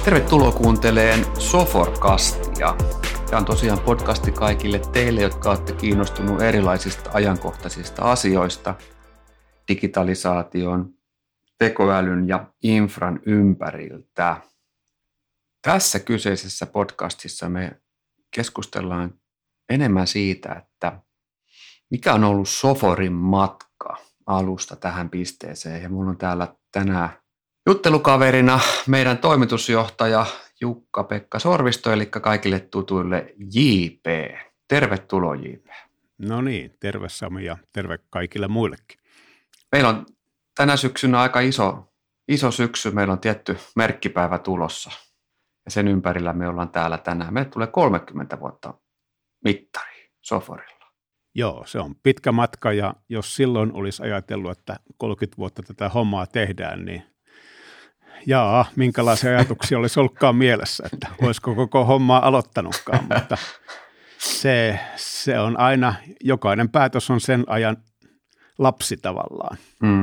Tervetuloa kuunteleen Soforcastia. Tämä on tosiaan podcasti kaikille teille, jotka olette kiinnostunut erilaisista ajankohtaisista asioista, digitalisaation, tekoälyn ja infran ympäriltä. Tässä kyseisessä podcastissa me keskustellaan enemmän siitä, että mikä on ollut Soforin matka alusta tähän pisteeseen. Ja minulla on täällä tänään juttelukaverina meidän toimitusjohtaja Jukka-Pekka Sorvisto, eli kaikille tutuille JP. Tervetuloa JP. No niin, terve Sami ja terve kaikille muillekin. Meillä on tänä syksynä aika iso syksy, meillä on tietty merkkipäivä tulossa ja sen ympärillä me ollaan täällä tänään. Meille tulee 30 vuotta mittari Soforilla. Joo, se on pitkä matka ja jos silloin olisi ajatellut, että 30 vuotta tätä hommaa tehdään, niin minkälaisia ajatuksia olisi ollutkaan mielessä, että olisiko koko hommaa aloittanutkaan, mutta se on aina, jokainen päätös on sen ajan lapsi tavallaan.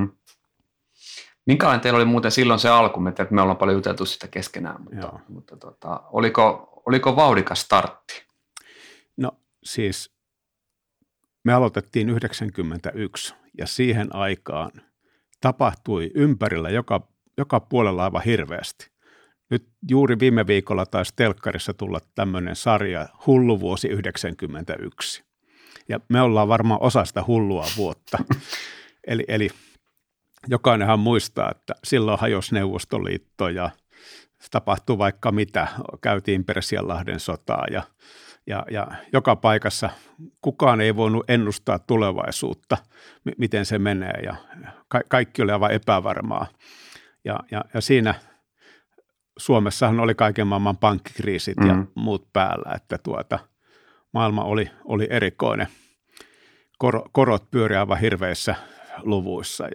Minkälainen teillä oli muuten silloin se alku? Me ollaan paljon juteltu sitä keskenään, mutta oliko vauhdikas startti? No siis me aloitettiin 1991 ja siihen aikaan tapahtui ympärillä joka puolella aivan hirveästi. Nyt juuri viime viikolla taisi telkkarissa tulla tämmöinen sarja Hullu vuosi 1991. Ja me ollaan varmaan osa sitä hullua vuotta. Eli jokainenhan muistaa, että silloin hajosi Neuvostoliitto ja tapahtui vaikka mitä. Käytiin Persianlahden sotaa ja joka paikassa kukaan ei voinut ennustaa tulevaisuutta, miten se menee ja kaikki oli aivan epävarmaa. Ja siinä Suomessahan oli kaiken maailman pankkikriisit ja muut päällä, että maailma oli erikoinen. Korot pyörii aivan hirveissä luvuissa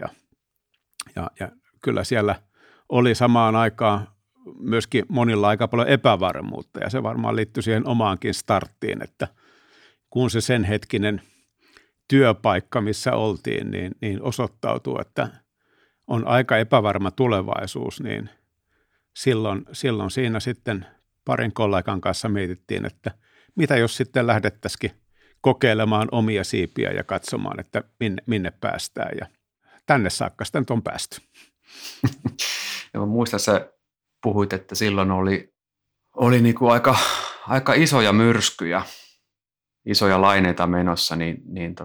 ja kyllä siellä oli samaan aikaan myöskin monilla aika paljon epävarmuutta ja se varmaan liittyi siihen omaankin starttiin, että kun se sen hetkinen työpaikka, missä oltiin, niin osoittautui, että on aika epävarma tulevaisuus, niin silloin siinä sitten parin kollegan kanssa mietittiin, että mitä jos sitten lähdettäisikin kokeilemaan omia siipiä ja katsomaan, että minne päästään ja tänne saakka sitten on päästy. Ja mä muistan, sä puhuit, että silloin oli niin kuin aika isoja myrskyjä, isoja laineita menossa, niin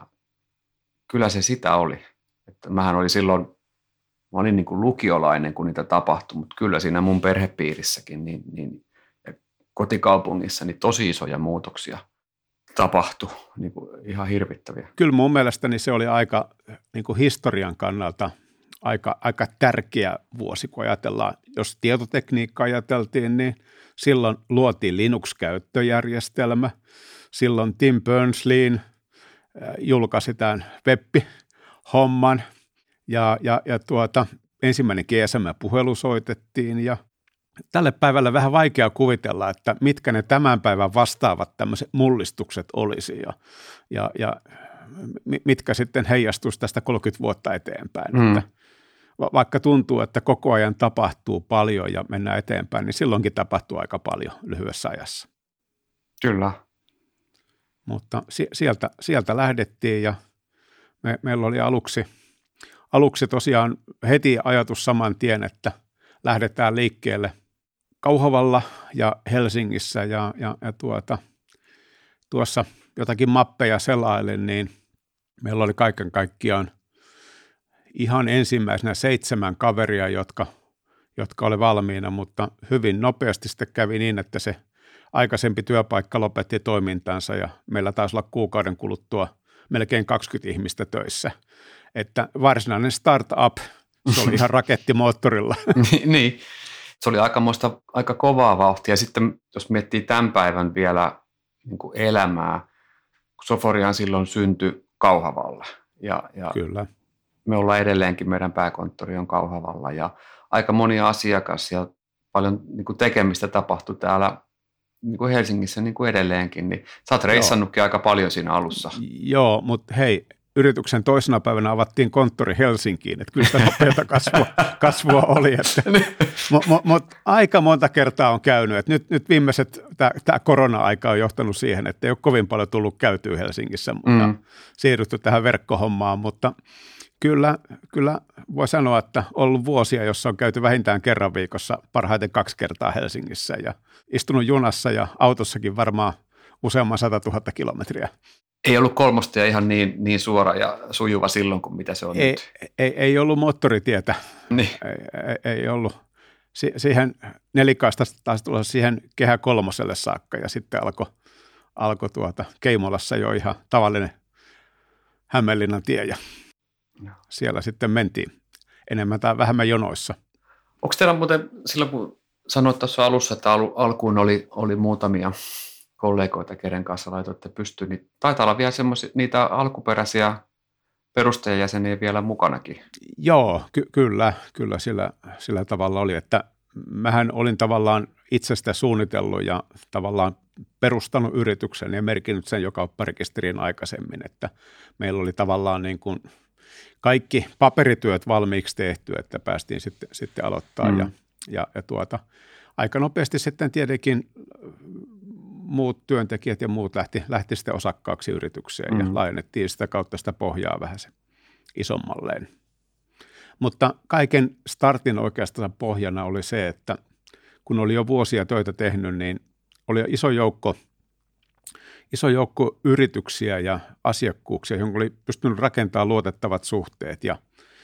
kyllä se sitä oli. Että mähän oli silloin, mä olin niin kuin lukiolainen, kun niitä tapahtui, mutta kyllä siinä mun perhepiirissäkin niin kotikaupungissa niin tosi isoja muutoksia tapahtui, niin kuin ihan hirvittäviä. Kyllä mun mielestäni se oli aika niin kuin historian kannalta aika tärkeä vuosi, kun ajatellaan, jos tietotekniikkaa ajateltiin, niin silloin luotiin Linux-käyttöjärjestelmä, silloin Tim Berners-Lee julkaisi tämän web-homman ja ensimmäinen GSM-puhelu soitettiin ja tälle päivälle vähän vaikea kuvitella, että mitkä ne tämän päivän vastaavat tämmöiset mullistukset olisi ja mitkä sitten heijastuisi tästä 30 vuotta eteenpäin. Että vaikka tuntuu, että koko ajan tapahtuu paljon ja mennään eteenpäin, niin silloinkin tapahtuu aika paljon lyhyessä ajassa. Kyllä. Mutta sieltä lähdettiin ja meillä oli aluksi tosiaan heti ajatus saman tien, että lähdetään liikkeelle Kauhavalla ja Helsingissä ja tuossa jotakin mappeja selailen, niin meillä oli kaiken kaikkiaan ihan ensimmäisenä 7 kaveria, jotka oli valmiina, mutta hyvin nopeasti sitten kävi niin, että se aikaisempi työpaikka lopetti toimintansa ja meillä taisi olla kuukauden kuluttua melkein 20 ihmistä töissä. Että varsinainen startup, se oli ihan rakettimoottorilla. Niin, se oli aika kovaa vauhtia. Ja sitten jos miettii tämän päivän vielä niin kuin elämää, kun Soforian silloin syntyi Kauhavalla. Ja Kyllä. Me ollaan edelleenkin, meidän pääkonttori on Kauhavalla ja aika moni asiakas ja paljon niin kuin tekemistä tapahtui täällä niin kuin Helsingissä niin kuin edelleenkin. Niin sä oot reissannutkin aika paljon siinä alussa. Joo, mutta hei, yrityksen toisena päivänä avattiin konttori Helsinkiin, että kyllä sitä nopeata kasvua oli. Mutta aika monta kertaa on käynyt, että nyt viimeiset, tämä korona-aika on johtanut siihen, että ei ole kovin paljon tullut käytyä Helsingissä, mutta siirrytty tähän verkkohommaan, mutta kyllä voi sanoa, että on ollut vuosia, jossa on käyty vähintään kerran viikossa, parhaiten 2 kertaa Helsingissä ja istunut junassa ja autossakin varmaan useamman 100 000 kilometriä. Ei ollut Kolmostie ihan niin suora ja sujuva silloin kuin mitä se on nyt. Ei ollut moottoritietä. Niin. Ei ollut. Siihen nelikaista taisi tulla siihen Kehä Kolmoselle saakka ja sitten alkoi Keimolassa jo ihan tavallinen Hämeenlinnan tie ja siellä sitten mentiin enemmän tai vähemmän jonoissa. Onko teillä muuten silloin, kun sanoit tuossa alussa, että alkuun oli muutamia kollegoita, kenen kanssa laitoitte pystyyn, niin taitaa olla vielä niitä alkuperäisiä perustajajäseniä vielä mukanakin. Joo, kyllä sillä tavalla oli, että mähän olin tavallaan itsestä suunnitellut ja tavallaan perustanut yrityksen ja merkinnyt sen jo kaupparekisteriin aikaisemmin, että meillä oli tavallaan niin kuin kaikki paperityöt valmiiksi tehty, että päästiin sitten aloittaa ja aika nopeasti sitten tietenkin muut työntekijät ja muut lähti sitten osakkaaksi yritykseen ja laajennettiin sitä kautta sitä pohjaa vähän se isommalleen. Mutta kaiken startin oikeastaan pohjana oli se, että kun oli jo vuosia töitä tehnyt, niin oli iso joukko yrityksiä ja asiakkuuksia, johon oli pystynyt rakentamaan luotettavat suhteet ja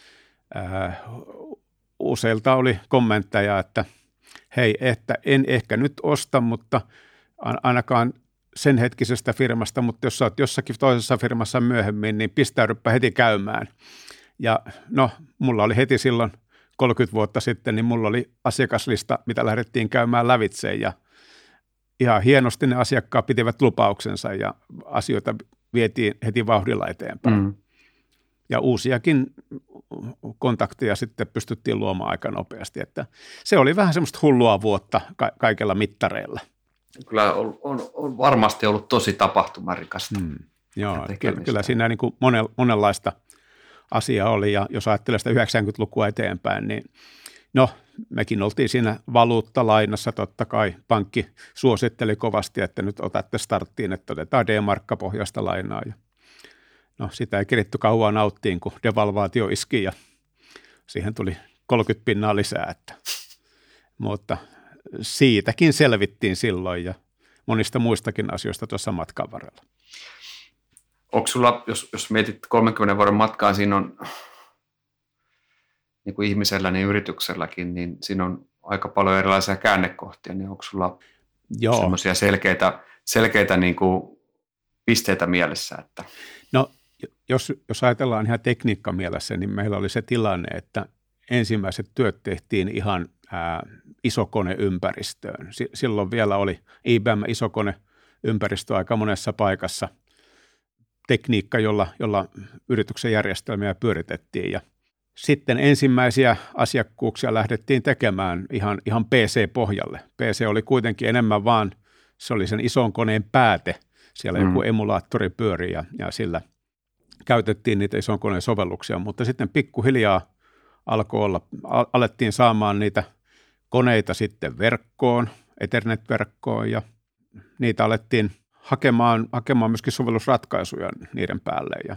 useilta oli kommentteja, että hei, että en ehkä nyt osta, mutta ainakaan sen hetkisestä firmasta, mutta jos olet jossakin toisessa firmassa myöhemmin, niin pistäydypä heti käymään. Ja no, mulla oli heti silloin 30 vuotta sitten, niin mulla oli asiakaslista, mitä lähdettiin käymään lävitse ja ihan hienosti ne asiakkaat pitivät lupauksensa ja asioita vietiin heti vauhdilla eteenpäin. Ja uusiakin kontakteja sitten pystyttiin luomaan aika nopeasti, että se oli vähän semmoista hullua vuotta kaikilla mittareilla. Kyllä on varmasti ollut tosi tapahtumarikasta. Joo, kyllä siinä niin kuin monenlaista asiaa oli ja jos ajattelee sitä 90-lukua eteenpäin, niin no mekin oltiin siinä valuuttalainassa, totta kai pankki suositteli kovasti, että nyt otatte starttiin, että otetaan D-markkapohjaista lainaa ja no sitä ei keritty kauan nauttiin, kun devalvaatio iski ja siihen tuli 30% lisää, mutta siitäkin selvittiin silloin ja monista muistakin asioista tuossa matkan varrella. Onko sulla, jos mietit 30 vuoden matkaa, siinä on niin kuin ihmisellä, niin yritykselläkin, niin siinä on aika paljon erilaisia käännekohtia, niin onko sulla semmoisia selkeitä niin kuin pisteitä mielessä? Että... No, jos ajatellaan ihan tekniikkamielessä, niin meillä oli se tilanne, että ensimmäiset työt tehtiin ihan isokoneympäristöön. Silloin vielä oli IBM-isokoneympäristö aika monessa paikassa. Tekniikka, jolla yrityksen järjestelmiä pyöritettiin ja sitten ensimmäisiä asiakkuuksia lähdettiin tekemään ihan PC-pohjalle. PC oli kuitenkin enemmän vaan, se oli sen ison koneen pääte, siellä joku emulaattori pyöri ja sillä käytettiin niitä ison koneen sovelluksia, mutta sitten pikkuhiljaa alettiin saamaan niitä koneita sitten verkkoon, Ethernet-verkkoon ja niitä alettiin hakemaan myöskin sovellusratkaisuja niiden päälle ja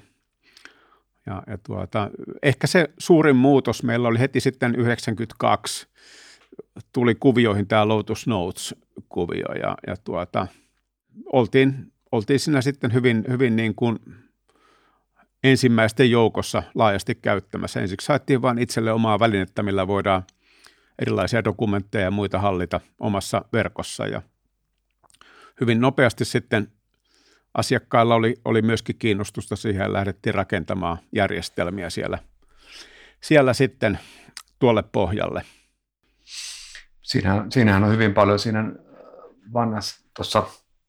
ehkä se suurin muutos meillä oli heti sitten 1992, tuli kuvioihin tämä Lotus Notes-kuvio ja oltiin siinä sitten hyvin niin kuin ensimmäisten joukossa laajasti käyttämässä. Ensiksi haettiin vain itselle omaa välinettä, millä voidaan erilaisia dokumentteja ja muita hallita omassa verkossa ja hyvin nopeasti sitten asiakkailla oli myöskin kiinnostusta siihen ja lähdettiin rakentamaan järjestelmiä siellä sitten tuolle pohjalle. Siinähän on hyvin paljon siinä vanhassa tuossa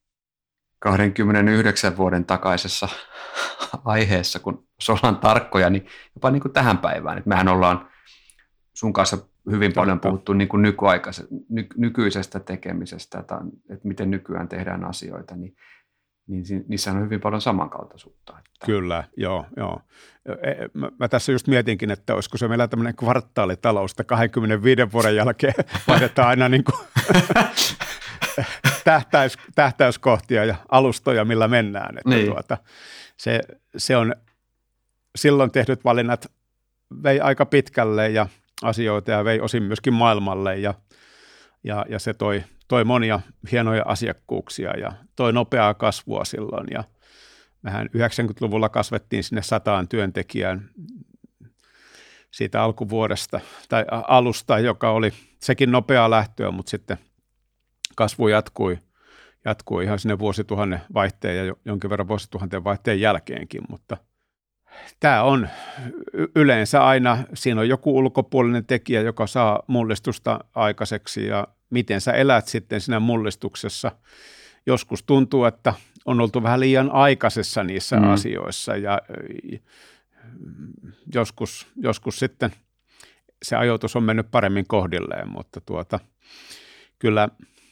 29 vuoden takaisessa aiheessa, kun jos ollaan tarkkoja, niin jopa niin kuin tähän päivään. Että mehän ollaan sun kanssa hyvin paljon puhuttu niin kuin nykyisestä tekemisestä, että miten nykyään tehdään asioita, niin niin niissä on hyvin paljon samankaltaisuutta. Että. Kyllä, joo. Mä tässä just mietinkin, että olisiko se meillä tämmöinen kvartaalitalous, että 25 vuoden jälkeen vaihdetaan aina niin kuin tähtäyskohtia ja alustoja, millä mennään. Että niin. Se on silloin tehdyt valinnat vei aika pitkälle ja asioita ja vei osin myöskin maailmalle ja se toi monia hienoja asiakkuuksia ja toi nopeaa kasvua silloin ja mehän 90-luvulla kasvettiin sinne 100 työntekijään siitä alkuvuodesta tai alusta, joka oli sekin nopeaa lähtöä, mutta sitten kasvu jatkui ihan sinne vuosituhannen vaihteen ja jonkin verran vuosituhanteen vaihteen jälkeenkin, mutta tämä on yleensä aina, siinä on joku ulkopuolinen tekijä, joka saa mullistusta aikaiseksi ja miten sä elät sitten siinä mullistuksessa. Joskus tuntuu, että on oltu vähän liian aikaisessa niissä asioissa ja joskus sitten se ajoitus on mennyt paremmin kohdilleen, mutta kyllä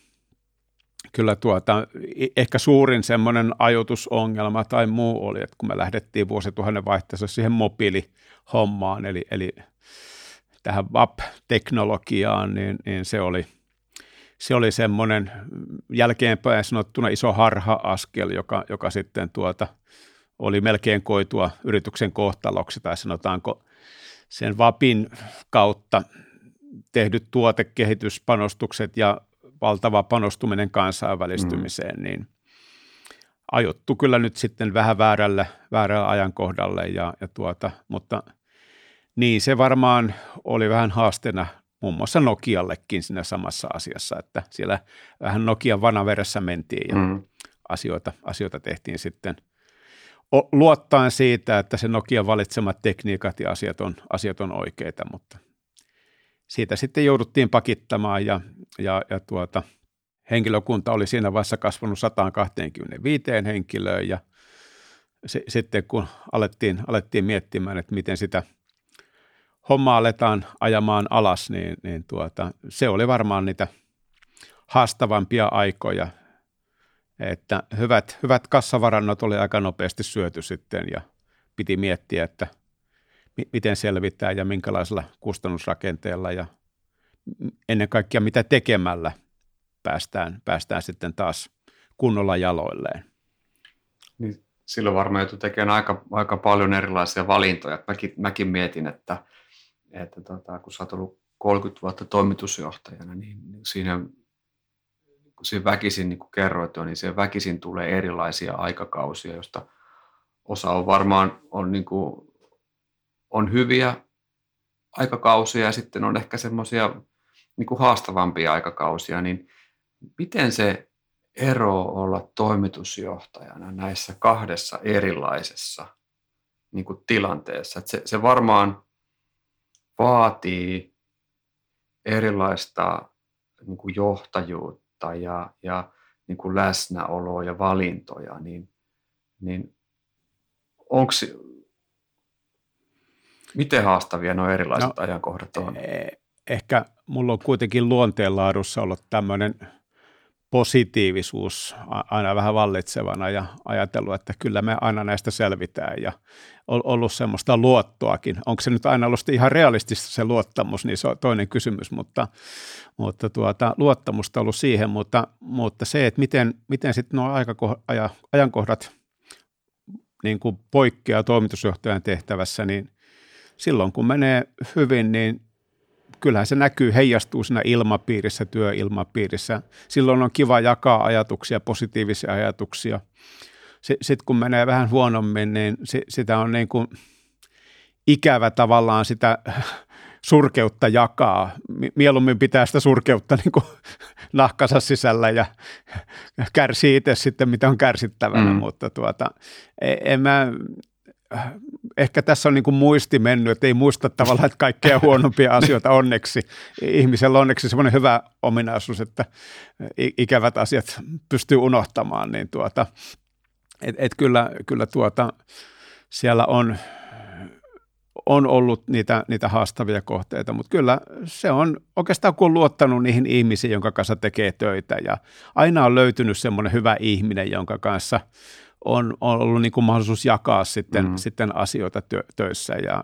ehkä suurin semmoinen ajoitusongelma tai muu oli, että kun me lähdettiin vuosituhannen vaihteessa siihen mobiilihommaan, eli tähän WAP-teknologiaan, niin se oli semmoinen jälkeenpäin sanottuna iso harha-askel, joka sitten oli melkein koitua yrityksen kohtaloksi, tai sanotaanko sen WAPin kautta tehdyt tuotekehityspanostukset ja valtava panostuminen kansainvälistymiseen, niin ajoittu kyllä nyt sitten vähän väärällä ajankohdalle, mutta niin se varmaan oli vähän haasteena muun muassa Nokiallekin siinä samassa asiassa, että siellä vähän Nokian vanaveressä mentiin ja asioita tehtiin sitten luottaen siitä, että se Nokian valitsemat tekniikat ja asiat on oikeita, mutta siitä sitten jouduttiin pakittamaan ja henkilökunta oli siinä vaiheessa kasvanut 125 henkilöön ja sitten kun alettiin miettimään, että miten sitä hommaa aletaan ajamaan alas, niin se oli varmaan niitä haastavampia aikoja, että hyvät kassavarannot oli aika nopeasti syöty sitten ja piti miettiä, että miten selvitään ja minkälaisella kustannusrakenteella ja ennen kaikkea mitä tekemällä päästään sitten taas kunnolla jaloilleen. Niin silloin varmaan joutui tekemään aika paljon erilaisia valintoja. Mäkin mietin, että kun sä oot ollut 30 vuotta toimitusjohtajana, niin siinä väkisin, niin kuin kerroit jo, niin siihen väkisin tulee erilaisia aikakausia, joista osa on varmaan on hyviä aikakausia ja sitten on ehkä semmoisia niin kuin haastavampia aikakausia, niin miten se ero olla toimitusjohtajana näissä kahdessa erilaisessa niin kuin tilanteessa? Että se varmaan vaatii erilaista niin kuin johtajuutta ja niin kuin läsnäoloa ja valintoja, niin onko miten haastavia nuo erilaiset ajankohdat on? Ehkä mulla on kuitenkin luonteenlaadussa ollut tämmöinen positiivisuus aina vähän vallitsevana ja ajatellut, että kyllä me aina näistä selvitään ja on ollut semmoista luottoakin. Onko se nyt aina ollut ihan realistista se luottamus, niin se on toinen kysymys, mutta luottamusta on ollut siihen, mutta se, että miten sitten nuo ajankohdat niin kuin poikkeaa toimitusjohtajan tehtävässä, niin silloin kun menee hyvin, niin kyllähän se näkyy, heijastuu siinä ilmapiirissä, työilmapiirissä. Silloin on kiva jakaa ajatuksia, positiivisia ajatuksia. Sitten kun menee vähän huonommin, niin sitä on niin kuin ikävä tavallaan sitä surkeutta jakaa. Mieluummin pitää sitä surkeutta niin kuin nahkansa sisällä ja kärsii itse sitten, mitä on kärsittävänä, mutta en mä... Ehkä tässä on niin kuin muisti mennyt, että ei muista tavallaan että kaikkea huonompia asioita onneksi. Ihmisellä on onneksi semmoinen hyvä ominaisuus, että ikävät asiat pystyy unohtamaan. Niin kyllä siellä on ollut niitä haastavia kohteita, mutta kyllä se on oikeastaan, kun on luottanut niihin ihmisiin, jonka kanssa tekee töitä ja aina on löytynyt semmoinen hyvä ihminen, jonka kanssa on ollut niin kuin mahdollisuus jakaa sitten asioita töissä ja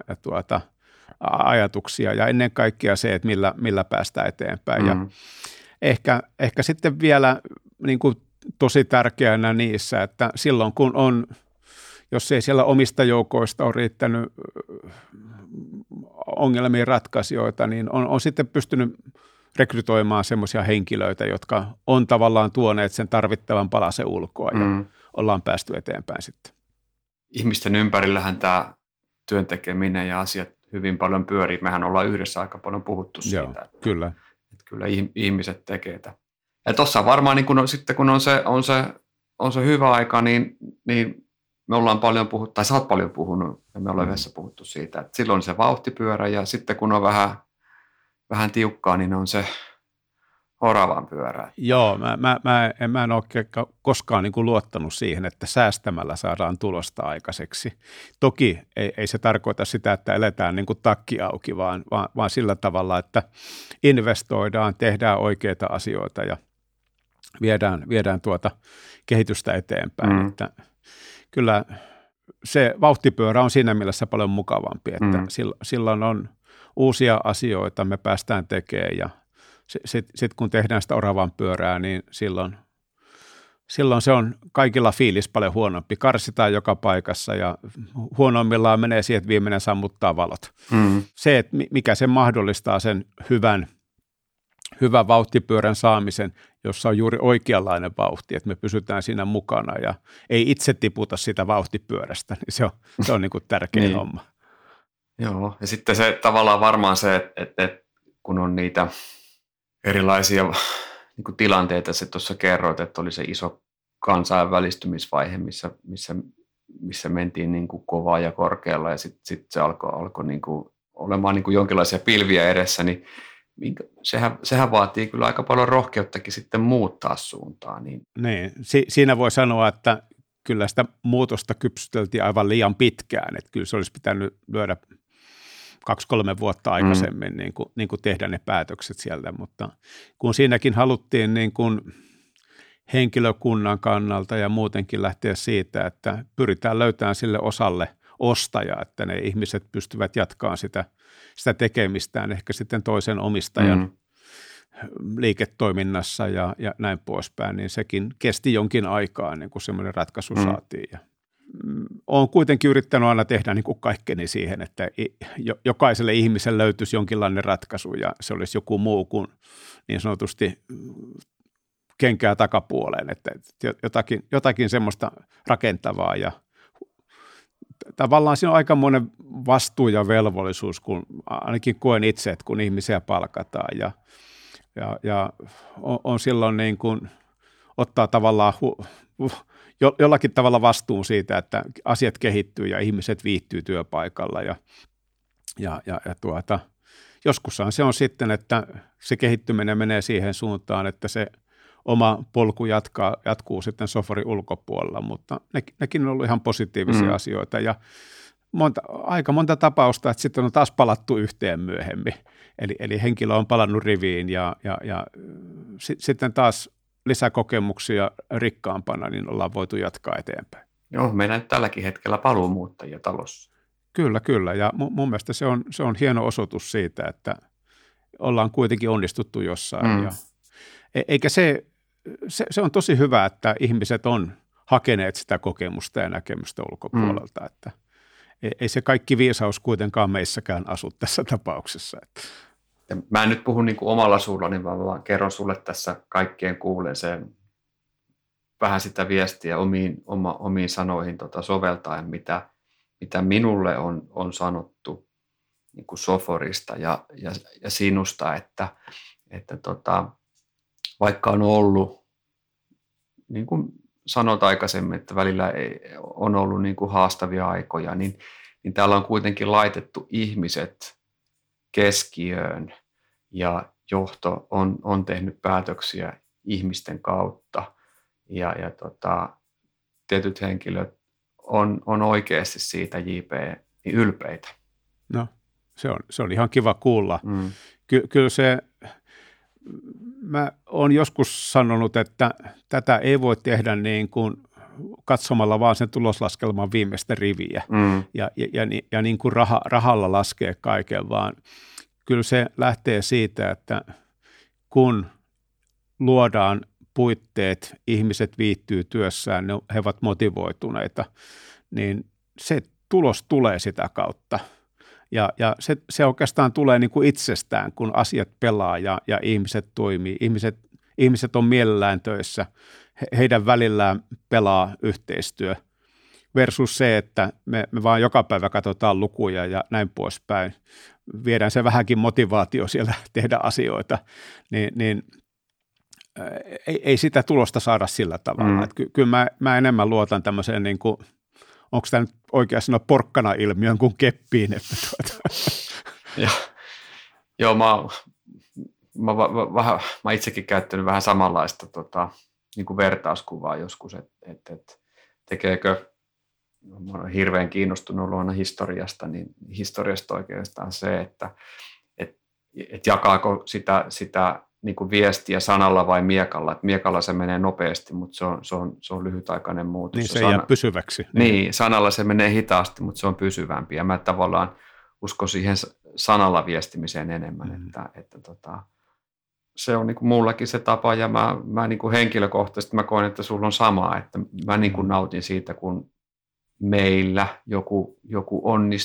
ajatuksia ja ennen kaikkea se, että millä päästään eteenpäin. Ja ehkä sitten vielä niin kuin tosi tärkeänä niissä, että silloin kun jos ei siellä omista joukoista ole riittänyt ongelmien ratkaisijoita, niin on sitten pystynyt rekrytoimaan semmoisia henkilöitä, jotka on tavallaan tuoneet sen tarvittavan palasen ulkoa ja ollaan päästy eteenpäin sitten. Ihmisten ympärillähän tämä työn tekeminen ja asiat hyvin paljon pyörii. Mehän ollaan yhdessä aika paljon puhuttu siitä. Joo, kyllä. Että kyllä ihmiset tekee tätä. Ja tuossa varmaan niin kun on se hyvä aika, niin me ollaan paljon puhuttu, tai sä oot paljon puhunut, ja me ollaan yhdessä puhuttu siitä, että silloin se vauhtipyörä, ja sitten kun on vähän tiukkaa, niin on se oravan pyörä. Joo, mä en ole koskaan niin kuin luottanut siihen, että säästämällä saadaan tulosta aikaiseksi. Toki ei se tarkoita sitä, että eletään niin kuin takki auki, vaan sillä tavalla, että investoidaan, tehdään oikeita asioita ja viedään kehitystä eteenpäin. Että kyllä se vauhtipyörä on siinä mielessä paljon mukavampi, että silloin on uusia asioita, me päästään tekemään ja sitten kun tehdään sitä oravan pyörää, niin silloin se on kaikilla fiilis paljon huonompi. Karsitaan joka paikassa ja huonoimmillaan menee siihen, että viimeinen sammuttaa valot. Se, että mikä sen mahdollistaa sen hyvän vauhtipyörän saamisen, jossa on juuri oikeanlainen vauhti, että me pysytään siinä mukana ja ei itse tiputa sitä vauhtipyörästä, niin se on niin kuin tärkeä niin. homma. Joo, ja sitten se tavallaan varmaan se, että kun on niitä erilaisia niin kuin tilanteita, se tuossa kerroit, että oli se iso kansainvälistymisvaihe, missä mentiin niin kuin kovaa ja korkealla ja sitten se alkoi niin kuin olemaan niin kuin jonkinlaisia pilviä edessä, niin sehän vaatii kyllä aika paljon rohkeuttakin sitten muuttaa suuntaa. Niin, siinä voi sanoa, että kyllä sitä muutosta kypsyteltiin aivan liian pitkään, että kyllä se olisi pitänyt lyödä 2-3 vuotta aikaisemmin niin kuin tehdä ne päätökset sieltä, mutta kun siinäkin haluttiin niin kuin henkilökunnan kannalta ja muutenkin lähteä siitä, että pyritään löytämään sille osalle ostaja, että ne ihmiset pystyvät jatkamaan sitä tekemistään ehkä sitten toisen omistajan liiketoiminnassa ja näin poispäin, niin sekin kesti jonkin aikaa, niin kuin semmoinen ratkaisu saatiin. Ja olen kuitenkin yrittänyt aina tehdä niin kuin kaikkeni siihen, että jokaiselle ihmiselle löytyisi jonkinlainen ratkaisu ja se olisi joku muu kuin niin sanotusti kenkää takapuoleen, että jotakin semmoista rakentavaa ja tavallaan siinä on aikamoinen vastuu ja velvollisuus, kun ainakin koen itse, että kun ihmisiä palkataan ja on silloin niin kuin ottaa tavallaan jollakin tavalla vastuun siitä, että asiat kehittyy ja ihmiset viihtyy työpaikalla ja joskushan se on sitten, että se kehittyminen menee siihen suuntaan, että se oma polku jatkuu sitten sofarin ulkopuolella, mutta nekin on ollut ihan positiivisia asioita ja aika monta tapausta, että sitten on taas palattu yhteen myöhemmin, eli henkilö on palannut riviin ja sitten taas lisäkokemuksia rikkaampana, niin ollaan voitu jatkaa eteenpäin. Joo, meillä nyt tälläkin hetkellä paluumuuttajia talossa. Kyllä, ja mun mielestä se on hieno osoitus siitä, että ollaan kuitenkin onnistuttu jossain. Ja eikä se on tosi hyvä, että ihmiset on hakeneet sitä kokemusta ja näkemystä ulkopuolelta, että ei se kaikki viisaus kuitenkaan meissäkään asu tässä tapauksessa. Ja mä en nyt puhu niin kuin omalla suullani, vaan kerron sulle tässä kaikkien kuulleeseen vähän sitä viestiä omiin sanoihin soveltaen, mitä minulle on sanottu niin kuin Soforista ja sinusta, että vaikka on ollut, niin kuin sanoit aikaisemmin, että välillä on ollut niin kuin haastavia aikoja, niin täällä on kuitenkin laitettu ihmiset keskiöön ja johto on tehnyt päätöksiä ihmisten kautta ja tietyt henkilöt on oikeasti siitä JP niin ylpeitä. No, se on ihan kiva kuulla. Kyllä se, mä oon joskus sanonut, että tätä ei voi tehdä niin kuin katsomalla vaan sen tuloslaskelman viimeistä riviä ja niin kuin rahalla laskee kaiken, vaan kyllä se lähtee siitä, että kun luodaan puitteet, ihmiset viihtyy työssään, he ovat motivoituneita, niin se tulos tulee sitä kautta. Ja se oikeastaan tulee niin kuin itsestään, kun asiat pelaa ja ihmiset toimii. Ihmiset on mielellään töissä, heidän välillään pelaa yhteistyö versus se, että me vaan joka päivä katsotaan lukuja ja näin poispäin. Viedään se vähänkin motivaatio siellä tehdä asioita, niin ei sitä tulosta saada sillä tavalla. Kyllä mä enemmän luotan tämmöiseen, niin kuin, onko tämä nyt oikein sanoa porkkana-ilmiön kuin keppiin. Että Joo, mä itsekin käyttänyt vähän samanlaista niin kuin vertauskuvaa joskus, että tekeekö, mä olen hirveän kiinnostunut luona historiasta, niin historiasta oikeastaan se, että jakaako sitä niin kuin viestiä sanalla vai miekalla. Että miekalla se menee nopeasti, mutta se on lyhytaikainen muutos. Niin se jää pysyväksi. Niin, sanalla se menee hitaasti, mutta se on pysyvämpi. Ja mä tavallaan uskon siihen sanalla viestimiseen enemmän. Että se on niin kuin mullakin se tapa, ja mä niin kuin henkilökohtaisesti mä koen, että sulla on sama. Että mä niin kuin nautin siitä, kun meillä joku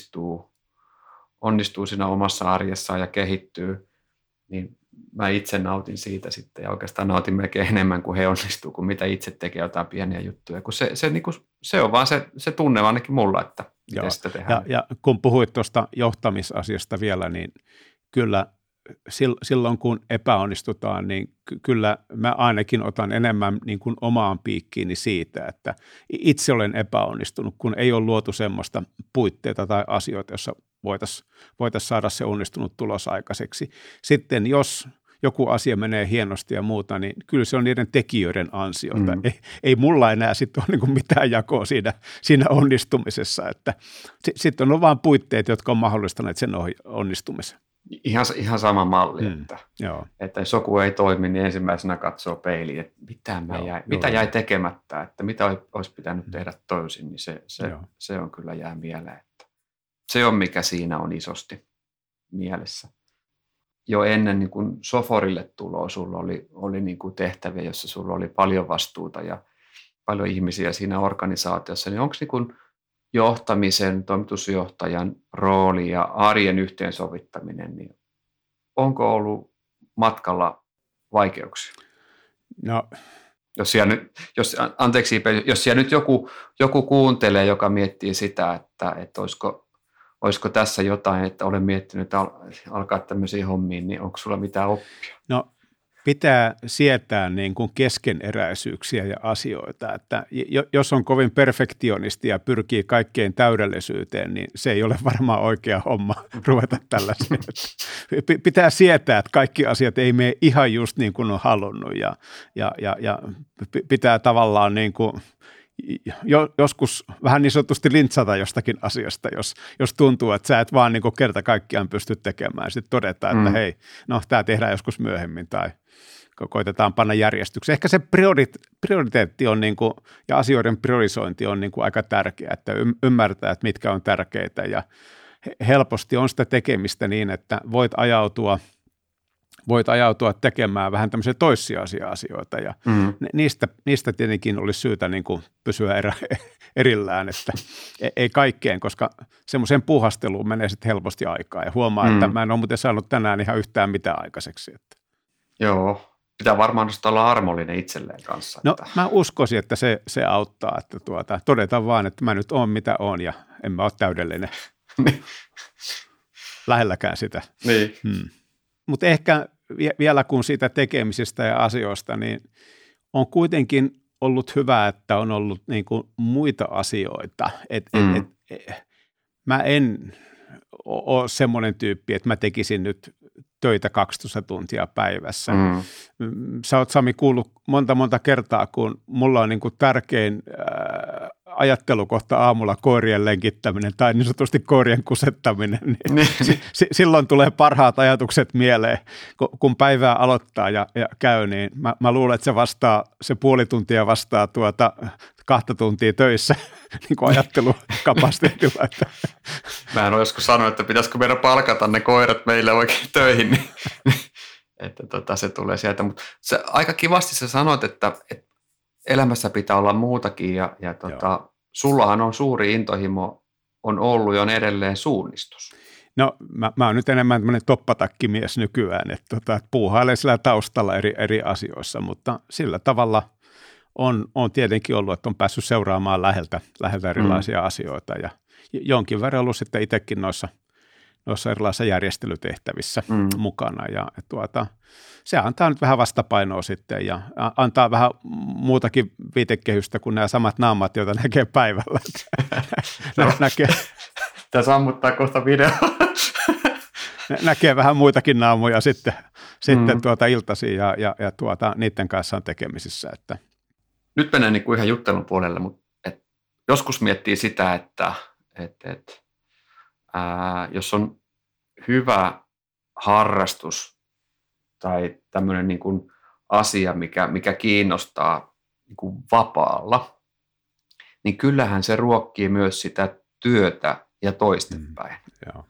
onnistuu siinä omassa arjessaan ja kehittyy, niin mä itse nautin siitä sitten, ja oikeastaan nautin melkein enemmän, kuin he onnistuu, kuin mitä itse tekee jotain pieniä juttuja, kun se on vaan se tunne ainakin mulla, että miten sitä tehdään. Ja kun puhuit tuosta johtamisasiasta vielä, niin kyllä silloin kun epäonnistutaan, niin kyllä mä ainakin otan enemmän niin kuin omaan piikkiini siitä, että itse olen epäonnistunut, kun ei ole luotu semmoista puitteita tai asioita, jossa voitaisiin saada se onnistunut tulos aikaiseksi. Sitten jos joku asia menee hienosti ja muuta, niin kyllä se on niiden tekijöiden ansiota. Ei mulla enää sitten ole niin kuin mitään jakoa siinä onnistumisessa, että sitten on vaan puitteet, jotka on mahdollistaneet sen onnistumisen. Ihan sama malli, että jos joku ei toimi, niin ensimmäisenä katsoo peiliin, että mitä jäi tekemättä, että mitä olisi pitänyt tehdä toisin, niin se on kyllä jää mieleen. Että se on, mikä siinä on isosti mielessä. Jo ennen niin kuin Soforille tuloa sulla oli niin kuin tehtäviä, jossa sulla oli paljon vastuuta ja paljon ihmisiä siinä organisaatiossa, niin onko niin kuin johtamisen, toimitusjohtajan rooli ja arjen yhteensovittaminen, niin onko ollut matkalla vaikeuksia? No. Jos siellä nyt joku kuuntelee, joka miettii sitä, että olisiko tässä jotain, että olen miettinyt alkaa tämmöisiä hommiin, niin onko sulla mitään oppia? No, pitää sietää niin kuin keskeneräisyyksiä ja asioita, että jos on kovin perfektionisti ja pyrkii kaikkeen täydellisyyteen, niin se ei ole varmaan oikea homma ruveta tällaiseen. Pitää sietää, että kaikki asiat ei mene ihan just niin kuin on halunnut ja pitää tavallaan niin kuin joskus vähän niin sanotusti lintsata jostakin asiasta, jos tuntuu, että sä et vaan niin kuin kerta kaikkiaan pysty tekemään. Sitten todetaan, että hei, no tämä tehdään joskus myöhemmin tai koitetaan panna järjestykseen. Ehkä se prioriteetti on niin kuin, ja asioiden priorisointi on niin kuin aika tärkeää, että ymmärtää, että mitkä on tärkeitä ja helposti on sitä tekemistä niin, että voit ajautua tekemään vähän tämmöisiä toissijaisia asioita ja niistä tietenkin olisi syytä niin kuin pysyä erillään, että ei kaikkeen, koska semmoiseen puuhasteluun menee sitten helposti aikaa ja huomaa, että mä en ole muuten saanut tänään ihan yhtään mitään aikaiseksi. Että. Joo, pitää varmaan olla armollinen itselleen kanssa. No mä uskoisin, että se auttaa, että todetaan vaan, että mä nyt oon mitä oon ja en mä ole täydellinen. Lähelläkään sitä. Niin. Mutta ehkä vielä kun siitä tekemisestä ja asioista, niin on kuitenkin ollut hyvä, että on ollut niin kuin muita asioita. Mä en ole semmoinen tyyppi, että mä tekisin nyt töitä 12 tuntia päivässä. Sä oot, Sami, kuullut monta kertaa, kun mulla on niin kuin tärkein ajattelukohta aamulla koirien lenkittäminen tai niin sanotusti koirien kusettaminen, niin silloin tulee parhaat ajatukset mieleen, kun päivää aloittaa ja käy, niin mä luulen, että se puoli tuntia vastaa 2 tuntia töissä niin kuin ajattelukapasiteetilla. Mä en ole joskus sanonut, että pitäisikö meidän palkata ne koirat meille oikein töihin, niin että se tulee sieltä. Mutta aika kivasti sä sanoit, että elämässä pitää olla muutakin ja sullahan on suuri intohimo on ollut ja on edelleen suunnistus. No mä oon nyt enemmän tämmöinen toppatakkimies nykyään, että puuhailee sillä taustalla eri asioissa, mutta sillä tavalla on tietenkin ollut, että on päässyt seuraamaan läheltä erilaisia asioita ja jonkin verran ollut sitten itsekin noissa erilaisissa järjestelytehtävissä mukana ja se antaa nyt vähän vastapainoa sitten ja antaa vähän muutakin viitekehystä kuin nämä samat naamat, joita näkee päivällä. Tämä sammuttaa kohta video. Näkee vähän muitakin naamoja sitten iltaisin ja niiden kanssa on tekemisissä. Että. Nyt mennään niin kuin ihan juttelun puolelle, mutta joskus miettii sitä, että jos on hyvä harrastus tai tämmöinen niin kuin asia, mikä kiinnostaa niin kuin vapaalla, niin kyllähän se ruokkii myös sitä työtä ja toistepäin.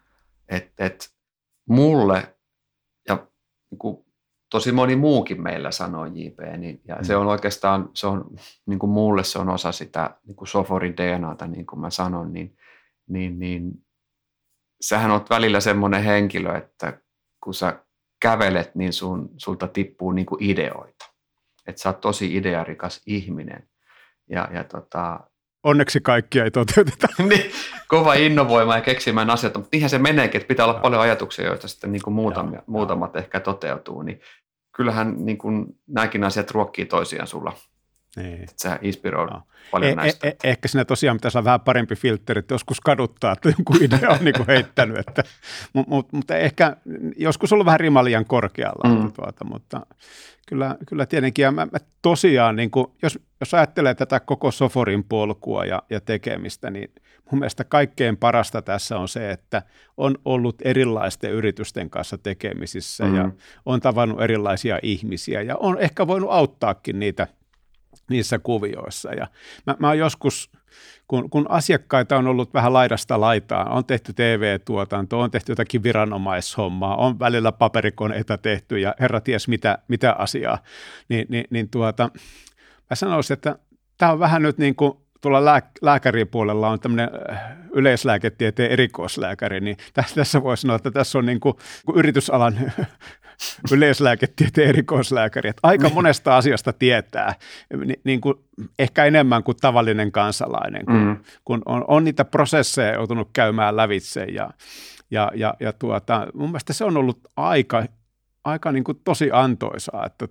Mulle, ja niin kuin tosi moni muukin meillä sanoo JP, niin, ja se on oikeastaan, niin kuin mulle se on osa sitä niin kuin Soforin DNAta, niin kuin mä sanon, niin sähän oot välillä semmoinen henkilö, että kun sä kävelet, niin sulta tippuu niin kuin ideoita. Että sä oot tosi idearikas ihminen. Onneksi kaikkia ei toteuteta. Niin, kova innovoima ja keksimään asioita, mutta niinhän se meneekin, että pitää olla paljon ajatuksia, joita sitten niin kuin muutamat ehkä toteutuu. Niin kyllähän niin kuin nämäkin asiat ruokkii toisiaan sulla. Niin. Että sä inspiroidut paljon näistä. Ehkä siinä tosiaan pitäisi olla vähän parempi filtteri, että joskus kaduttaa, että joku idea on niin kuin heittänyt. Mutta ehkä joskus on ollut vähän rima liian korkealla. Mutta kyllä tietenkin. Ja mä tosiaan, niin kuin, jos ajattelee tätä koko Soforin polkua ja tekemistä, niin mun mielestä kaikkein parasta tässä on se, että on ollut erilaisten yritysten kanssa tekemisissä ja on tavannut erilaisia ihmisiä ja on ehkä voinut auttaakin niissä kuvioissa. Ja mä oon joskus, kun asiakkaita on ollut vähän laidasta laitaan, on tehty TV-tuotantoa, on tehty jotakin viranomaishommaa, on välillä paperikoneita tehty ja herra ties mitä asiaa, niin mä sanoisin, että tämä on vähän nyt niin kuin tuolla lääkäripuolella on tämmöinen yleislääketieteen erikoislääkäri, niin tässä voi sanoa, että tässä on niin kuin yritysalan yleislääketieteen erikoislääkäri, että aika monesta asiasta tietää, niin kuin ehkä enemmän kuin tavallinen kansalainen, kun on niitä prosesseja joutunut käymään lävitse ja mun mielestä se on ollut aika niin kuin tosi antoisaa, että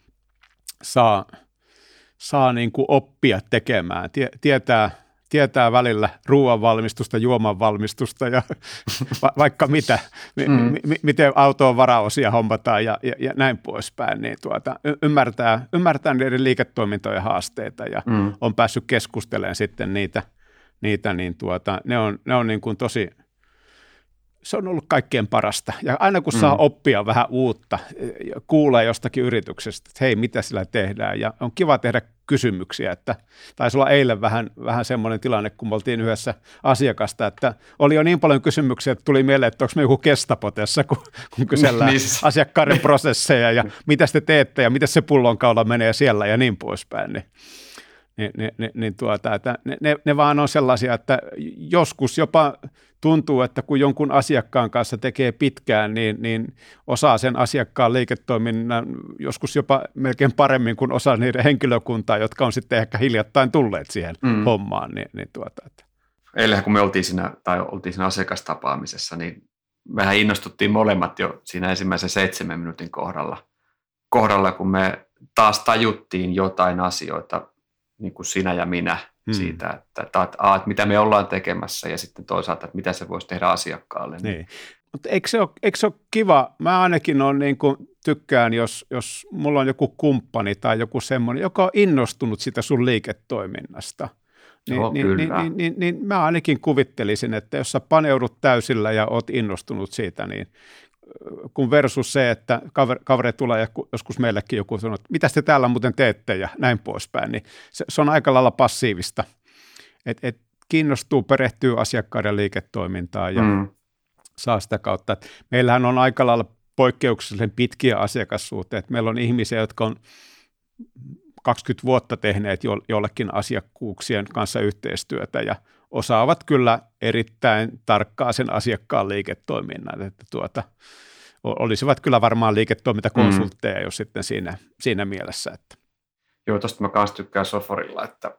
saa niin kuin oppia tekemään, tietää välillä ruoan valmistusta, juoman valmistusta ja vaikka mitä, miten autoon varaosia hommataan ja näin poispäin, niin ymmärtää niiden liiketoimintojen haasteita ja on päässyt keskustelemaan sitten niitä niin ne on niin kuin tosi, se on ollut kaikkein parasta. Ja aina kun saa oppia vähän uutta, kuulee jostakin yrityksestä, että hei, mitä sillä tehdään, ja on kiva tehdä kysymyksiä, että taisi olla eilen vähän semmoinen tilanne, kun me oltiin yhdessä asiakasta, että oli jo niin paljon kysymyksiä, että tuli mieleen, että onko me joku Gestapo tässä, kun kysellään asiakkaiden prosesseja, ja mitä te teette, ja miten se pullonkaula menee siellä, ja niin poispäin, ne vaan on sellaisia, että joskus jopa tuntuu, että kun jonkun asiakkaan kanssa tekee pitkään, niin osaa sen asiakkaan liiketoiminnan joskus jopa melkein paremmin kuin osa niiden henkilökuntaa, jotka on sitten ehkä hiljattain tulleet siihen hommaan. Eilenhän kun me oltiin siinä asiakastapaamisessa, niin mehän innostuttiin molemmat jo siinä ensimmäisen 7 minuutin kohdalla, kun me taas tajuttiin jotain asioita, niin kuin sinä ja minä siitä, että mitä me ollaan tekemässä ja sitten toisaalta, että mitä se voisi tehdä asiakkaalle. Niin. Mutta eikö se ole kiva? Mä ainakin niin kuin tykkään, jos mulla on joku kumppani tai joku semmoinen, joka on innostunut sitä sun liiketoiminnasta, Niin mä ainakin kuvittelisin, että jos sä paneudut täysillä ja oot innostunut siitä, niin kun versus se, että kaveri tulee ja joskus meillekin joku sanoo, että mitä te täällä muuten teette ja näin poispäin, niin se on aika lailla passiivista. Et kiinnostuu, perehtyy asiakkaiden liiketoimintaan ja saa sitä kautta. Et meillähän on aika lailla poikkeuksellisen pitkiä asiakassuhteet. Meillä on ihmisiä, jotka on 20 vuotta tehneet jollekin asiakkuuksien kanssa yhteistyötä ja osaavat kyllä erittäin tarkkaan sen asiakkaan liiketoiminnan, että olisivat kyllä varmaan liiketoimintakonsultteja jos sitten siinä mielessä. Että. Joo, tuosta mä kanssa tykkään Soforilla, että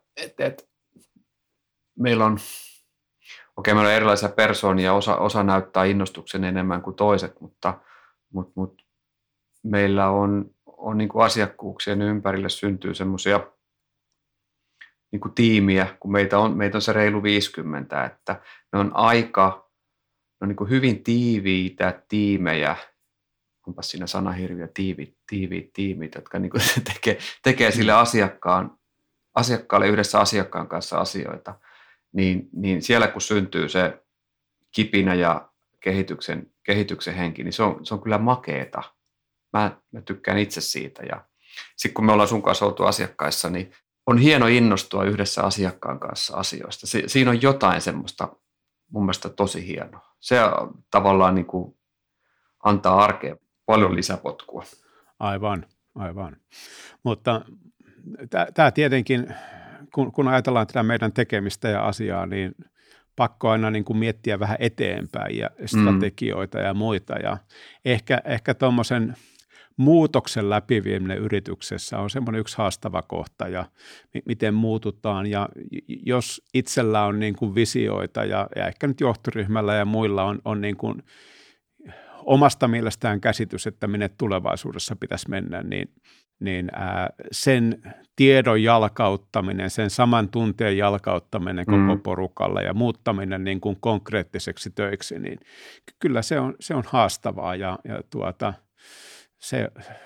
meillä on erilaisia persoonia, osa näyttää innostuksen enemmän kuin toiset, mutta meillä on niin kuin asiakkuuksien ympärille syntyy semmoisia niin kuin tiimiä, kun meitä on se reilu 50, että ne on niin kuin hyvin tiiviitä tiimejä, onpas siinä sanahirviö, tiiviit tiimit, jotka niin kuin tekee sille asiakkaalle yhdessä asiakkaan kanssa asioita, niin siellä kun syntyy se kipinä ja kehityksen henki, niin se on kyllä makeeta. Mä tykkään itse siitä ja sitten kun me ollaan sun kanssa oltu asiakkaissa, niin on hieno innostua yhdessä asiakkaan kanssa asioista. Siinä on jotain semmoista mun mielestä tosi hienoa. Se tavallaan niin kuin antaa arkeen paljon lisäpotkua. Aivan. Mutta tämä tietenkin, kun ajatellaan tätä meidän tekemistä ja asiaa, niin pakko aina niin kuin miettiä vähän eteenpäin ja strategioita ja muita. Ja ehkä tuommoisen muutoksen läpivieminen yrityksessä on semmoinen yksi haastava kohta ja miten muututaan. Ja jos itsellä on niin kuin visioita ja ehkä nyt johtoryhmällä ja muilla on niin kuin omasta mielestään käsitys, että minne tulevaisuudessa pitäisi mennä, niin sen tiedon jalkauttaminen, sen saman tunteen jalkauttaminen koko porukalle ja muuttaminen niin kuin konkreettiseksi töiksi, niin kyllä se on haastavaa ja se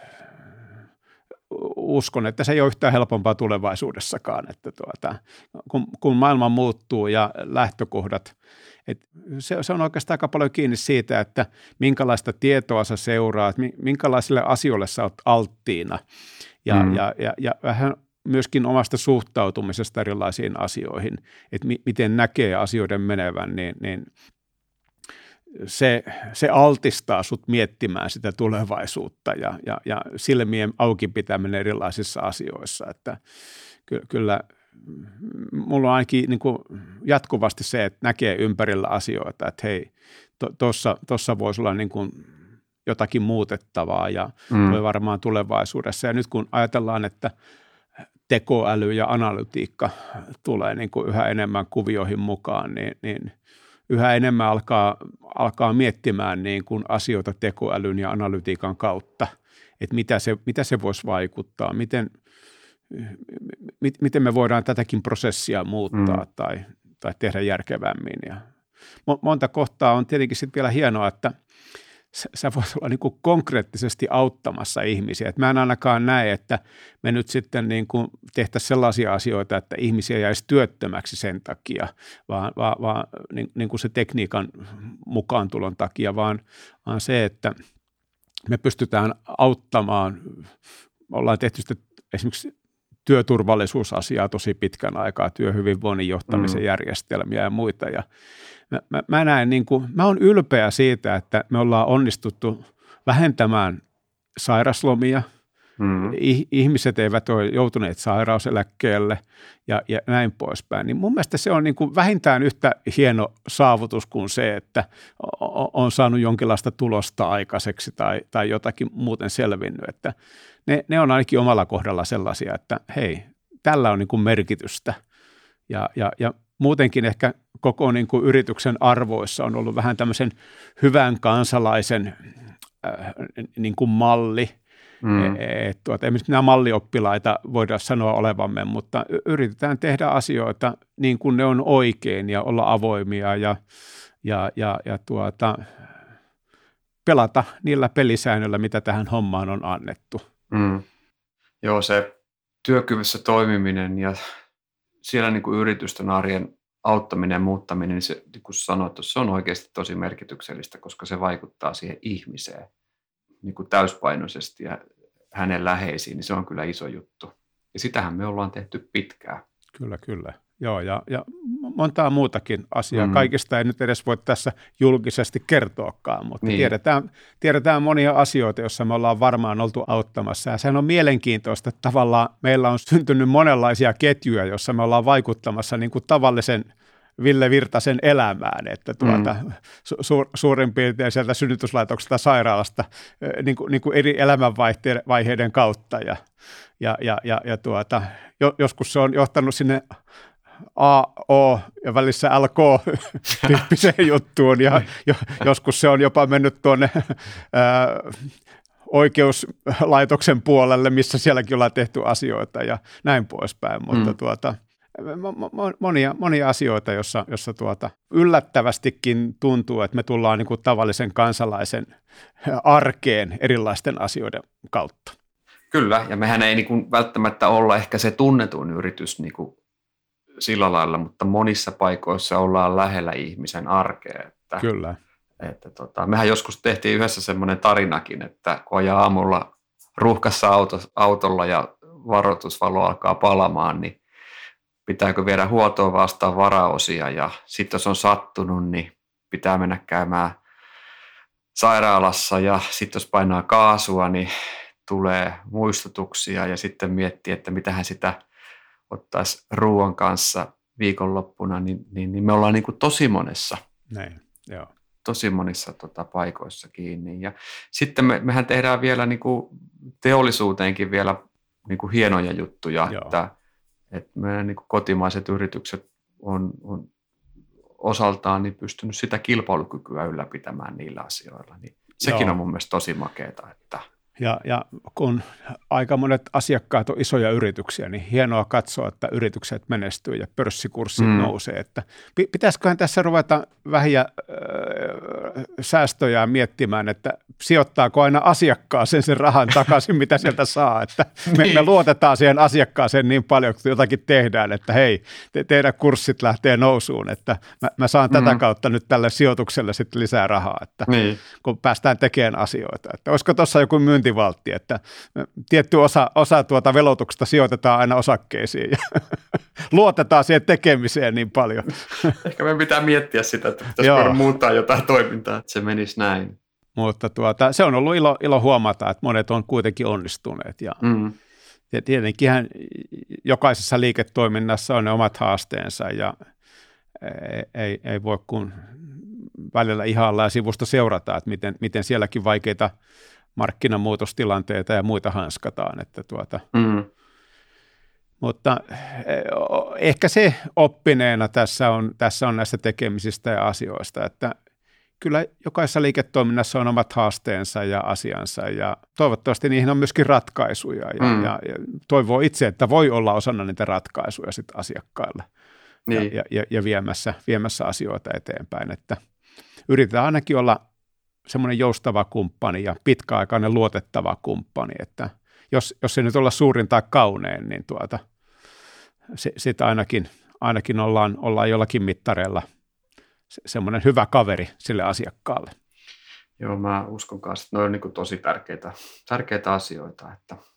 uskon, että se ei ole yhtään helpompaa tulevaisuudessakaan, että kun maailma muuttuu ja lähtökohdat, että se on oikeastaan aika paljon kiinni siitä, että minkälaista tietoa sä seuraat, minkälaisille asioille sä oot alttiina ja vähän myöskin omasta suhtautumisesta erilaisiin asioihin, että miten näkee asioiden menevän, niin se altistaa sut miettimään sitä tulevaisuutta ja silmien auki pitäminen erilaisissa asioissa, että kyllä mulla on ainakin niin kuin jatkuvasti se, että näkee ympärillä asioita, että hei, tuossa voisi olla niin kuin jotakin muutettavaa ja voi varmaan tulevaisuudessa. Ja nyt kun ajatellaan, että tekoäly ja analytiikka tulee niin kuin yhä enemmän kuvioihin mukaan, niin yhä enemmän alkaa miettimään niin kuin asioita tekoälyn ja analytiikan kautta, että mitä se voisi vaikuttaa, miten me voidaan tätäkin prosessia muuttaa tai tehdä järkevämmin. Ja monta kohtaa on tietenkin sitten vielä hienoa, että sä voit olla niin kuin konkreettisesti auttamassa ihmisiä. Et mä en ainakaan näe, että me nyt sitten niin kuin tehtäisiin sellaisia asioita, että ihmisiä jäisi työttömäksi sen takia, vaan niin kuin se tekniikan mukaantulon takia, vaan se, että me pystytään auttamaan. Ollaan tehty sitten esimerkiksi työturvallisuusasiaa tosi pitkän aikaa, työhyvinvoinnin johtamisen järjestelmiä ja muita. Ja mä näen mä oon ylpeä siitä, että me ollaan onnistuttu vähentämään sairaslomia. Ihmiset eivät ole joutuneet sairauseläkkeelle ja näin poispäin. Niin mun mielestä se on vähintään yhtä hieno saavutus kuin se, että on saanut jonkinlaista tulosta aikaiseksi tai jotakin muuten selvinnyt. Että ne on ainakin omalla kohdalla sellaisia, että hei, tällä on merkitystä. Ja muutenkin ehkä koko yrityksen arvoissa on ollut vähän tämmöisen hyvän kansalaisen malli. Ei nämä mallioppilaita voida sanoa olevamme, mutta yritetään tehdä asioita niin kuin ne on oikein ja olla avoimia ja pelata niillä pelisäännöillä, mitä tähän hommaan on annettu. Joo, se työkyvyssä toimiminen ja siellä niin kuin yritysten arjen auttaminen ja muuttaminen, niin se, niin kuin sanoit, se on oikeasti tosi merkityksellistä, koska se vaikuttaa siihen ihmiseen niin kuin täyspainoisesti ja hänen läheisiin, niin se on kyllä iso juttu. Ja sitähän me ollaan tehty pitkään. Kyllä. Joo, ja montaa muutakin asiaa. Kaikista ei nyt edes voi tässä julkisesti kertoakaan, mutta niin. tiedetään monia asioita, joissa me ollaan varmaan oltu auttamassa. Ja sehän on mielenkiintoista, että tavallaan meillä on syntynyt monenlaisia ketjuja, joissa me ollaan vaikuttamassa niin kuin tavallisen Ville Virtasen elämään, että suurin piirtein sieltä synnytyslaitoksesta sairaalasta niin kuin eri elämänvaiheiden kautta. Joskus se on johtanut sinne A, O ja välissä LK-tyyppiseen juttuun, ja joskus se on jopa mennyt tuonne oikeuslaitoksen puolelle, missä sielläkin ollaan tehty asioita ja näin poispäin, mutta monia asioita, jossa yllättävästikin tuntuu, että me tullaan niin kuin tavallisen kansalaisen arkeen erilaisten asioiden kautta. Kyllä, ja mehän ei niin kuin välttämättä olla ehkä se tunnetun yritys niin kuin sillä lailla, mutta monissa paikoissa ollaan lähellä ihmisen arkea. Kyllä. Mehän joskus tehtiin yhdessä semmoinen tarinakin, että kun ajaa aamulla ruuhkassa autolla ja varoitusvalo alkaa palamaan, niin pitääkö viedä huoltoon vastaan varaosia, ja sitten jos on sattunut, niin pitää mennä käymään sairaalassa, ja sitten jos painaa kaasua, niin tulee muistutuksia, ja sitten miettii, että mitähän sitä ottaisi ruoan kanssa viikonloppuna, niin me ollaan niin kuin tosi monessa. Näin, joo. Tosi monissa paikoissa kiinni. Ja sitten mehän tehdään vielä niin kuin teollisuuteenkin vielä niin kuin hienoja juttuja, että meidän niin kuin kotimaiset yritykset on osaltaan niin pystynyt sitä kilpailukykyä ylläpitämään niillä asioilla. Niin sekin on mun mielestä tosi makeata, että Ja kun aika monet asiakkaat on isoja yrityksiä, niin hienoa katsoa, että yritykset menestyy ja pörssikurssit nousee. Että pitäisiköhän tässä ruveta vähiä säästöjä miettimään, että sijoittaako aina asiakkaaseen sen rahan takaisin, mitä sieltä saa. Että me luotetaan siihen asiakkaaseen niin paljon, kun jotakin tehdään, että hei, teidän kurssit lähtee nousuun, että mä saan tätä kautta nyt tälle sijoitukselle sitten lisää rahaa, että kun päästään tekemään asioita. Että olisiko tuossa joku myyntivaltti, että tietty osa velotuksesta sijoitetaan aina osakkeisiin ja luotetaan siihen tekemiseen niin paljon. Ehkä meidän pitää miettiä sitä, että pitäisi muuttaa jotain toimintaa, että se menisi näin. Mutta se on ollut ilo huomata, että monet on kuitenkin onnistuneet. Ja tietenkinhän jokaisessa liiketoiminnassa on ne omat haasteensa ja ei voi kun välillä ihailla ja sivusta seurata, että miten sielläkin vaikeita markkinamuutostilanteita ja muita hanskataan. Mutta ehkä se oppineena tässä on näistä tekemisistä ja asioista, että kyllä jokaisessa liiketoiminnassa on omat haasteensa ja asiansa ja toivottavasti niihin on myöskin ratkaisuja ja toivoo itse, että voi olla osana niitä ratkaisuja sitten asiakkaille ja viemässä asioita eteenpäin, että yritetään ainakin olla semmoinen joustava kumppani ja pitkäaikainen luotettava kumppani, että jos se nyt olla suurin tai kaunein, niin sitten ainakin ollaan jollakin mittareilla semmoinen hyvä kaveri sille asiakkaalle. Joo, mä uskon kanssa, että ne on niin kuin tosi tärkeitä asioita,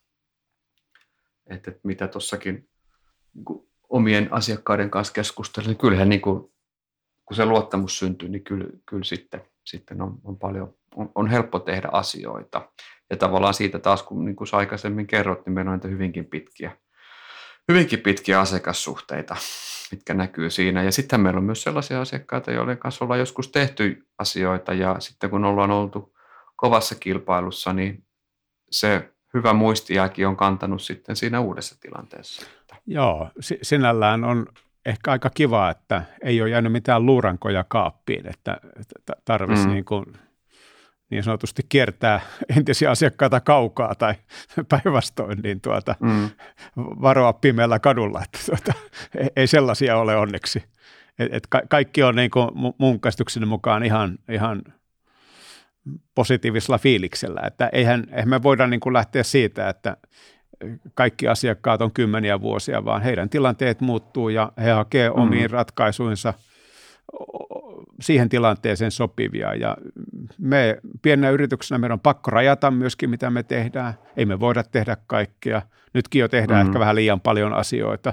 että mitä tuossakin niin omien asiakkaiden kanssa keskustelin, niin kyllähän niin kuin, kun se luottamus syntyy, niin kyllä sitten on paljon, on helppo tehdä asioita. Ja tavallaan siitä taas, kun niin kuin sä aikaisemmin kerrot, niin meillä on niitä hyvinkin pitkiä asiakassuhteita, mitkä näkyy siinä. Ja sitten meillä on myös sellaisia asiakkaita, joiden kanssa ollaan joskus tehty asioita, ja sitten kun ollaan oltu kovassa kilpailussa, niin se hyvä muistijälki on kantanut sitten siinä uudessa tilanteessa. Joo, sinällään on ehkä aika kiva, että ei ole jäänyt mitään luurankoja kaappiin, että tarvitsisi niin sanotusti kiertää entisiä asiakkaita kaukaa tai päinvastoin niin varoa pimeällä kadulla, että ei sellaisia ole onneksi. Kaikki on niin kuin mun käsitykseni mukaan ihan positiivisella fiiliksellä, että eihän me voida niin kuin lähteä siitä, että kaikki asiakkaat on kymmeniä vuosia, vaan heidän tilanteet muuttuu ja he hakee omiin ratkaisuinsa siihen tilanteeseen sopivia. Ja me pienenä yrityksenä meidän on pakko rajata myöskin, mitä me tehdään. Ei me voida tehdä kaikkea. Nytkin jo tehdään ehkä vähän liian paljon asioita.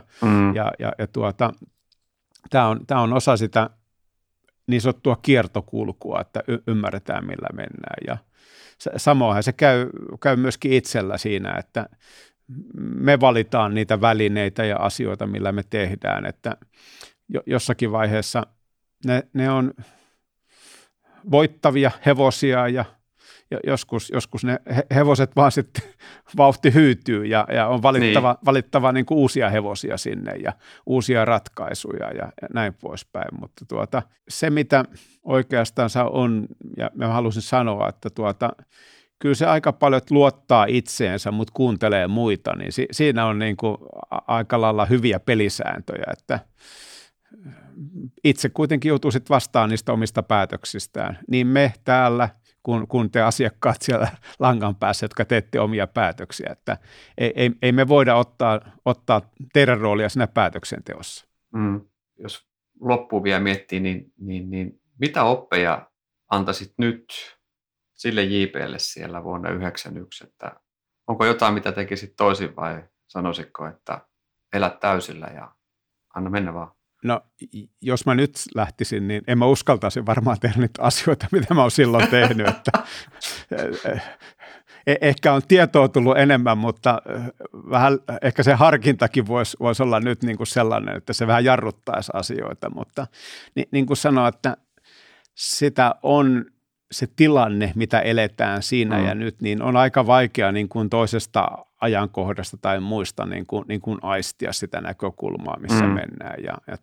Tämä on osa sitä niin sanottua kiertokulkua, että ymmärretään millä mennään. Ja samoinhan se käy myöskin itsellä siinä, että me valitaan niitä välineitä ja asioita, millä me tehdään, että jossakin vaiheessa ne on voittavia hevosia ja joskus ne hevoset vaan sitten vauhti hyytyy ja on valittava niin kuin uusia hevosia sinne ja uusia ratkaisuja ja näin poispäin. Mutta se, mitä oikeastaan on, ja mä halusin sanoa, että kyllä se aika paljon luottaa itseensä, mutta kuuntelee muita, niin siinä on niin kuin aika lailla hyviä pelisääntöjä, että itse kuitenkin joutuu sitten vastaan niistä omista päätöksistään. Niin me täällä, kun te asiakkaat siellä langan päässä, jotka teette omia päätöksiä, että ei me voida ottaa teidän roolia siinä päätöksenteossa. Jos loppuun vielä miettii, niin mitä oppeja antaisit nyt sille JP:lle siellä vuonna 1991, että onko jotain, mitä tekisit toisin vai sanoisitko, että elät täysillä ja anna mennä vaan? No, jos mä nyt lähtisin, niin en mä uskaltaisi varmaan tehdä niitä asioita, mitä mä oon silloin tehnyt. Että, ehkä on tietoa tullut enemmän, mutta vähän ehkä se harkintakin voisi olla nyt niin kuin sellainen, että se vähän jarruttaisi asioita. Mutta niin kuin sanoin, että sitä on se tilanne, mitä eletään siinä ja nyt, niin on aika vaikea niin kuin toisesta ajankohdasta tai muista niin kuin aistia sitä näkökulmaa, missä mennään.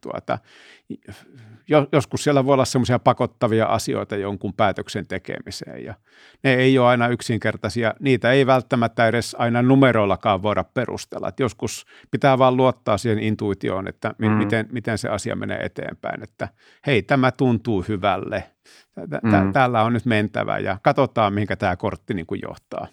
Joskus siellä voi olla semmoisia pakottavia asioita jonkun päätöksen tekemiseen ja ne ei ole aina yksinkertaisia. Niitä ei välttämättä edes aina numeroillakaan voida perustella. Et joskus pitää vaan luottaa siihen intuitioon, että miten se asia menee eteenpäin, että hei, tämä tuntuu hyvälle. Täällä on nyt mentävä ja katsotaan, mihinkä tämä kortti niin kuin johtaa.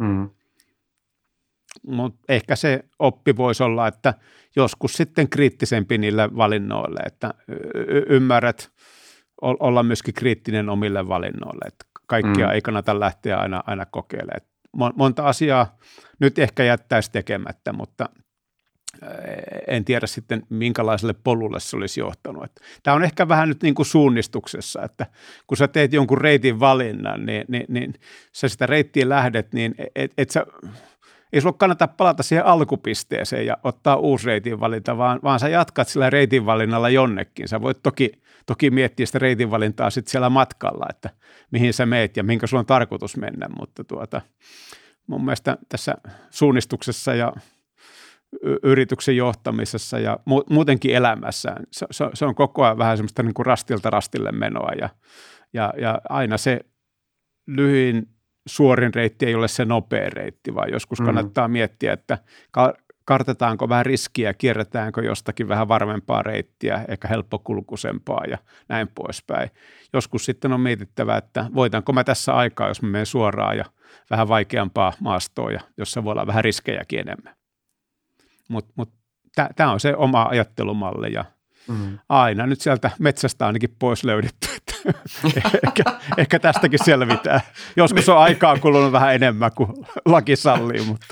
Mutta ehkä se oppi voisi olla, että joskus sitten kriittisempi niille valinnoille, että ymmärrät olla myöskin kriittinen omille valinnoille, että kaikkia ei kannata lähteä aina kokeilemaan. Monta asiaa nyt ehkä jättäisi tekemättä, mutta en tiedä sitten minkälaiselle polulle se olisi johtanut. Tämä on ehkä vähän nyt niin kuin suunnistuksessa, että kun sä teet jonkun reitin valinnan, niin sä sitä reittiin lähdet, niin et sä ei sulla kannata palata siihen alkupisteeseen ja ottaa uusi reitinvalinta, vaan sä jatkat sillä reitinvalinnalla jonnekin. Sä voit toki miettiä sitä reitinvalintaa sitten siellä matkalla, että mihin sä meet ja minkä sulla on tarkoitus mennä, mutta mun mielestä tässä suunnistuksessa ja yrityksen johtamisessa ja muutenkin elämässä se on koko ajan vähän semmoista niin kuin rastilta rastille menoa ja aina se lyhyin suorin reitti ei ole se nopea reitti, vaan joskus kannattaa miettiä, että kartetaanko vähän riskiä, kierretäänkö jostakin vähän varmempaa reittiä, ehkä helppokulkuisempaa ja näin poispäin. Joskus sitten on mietittävä, että voitanko mä tässä aikaa, jos mä menen suoraan ja vähän vaikeampaa maastoa, jossa voi olla vähän riskejäkin enemmän. Mutta tämä on se oma ajattelumalli ja aina nyt sieltä metsästä ainakin pois löydetty, että ehkä tästäkin selvitään. Joskus on aikaa kulunut vähän enemmän kuin laki sallii, mutta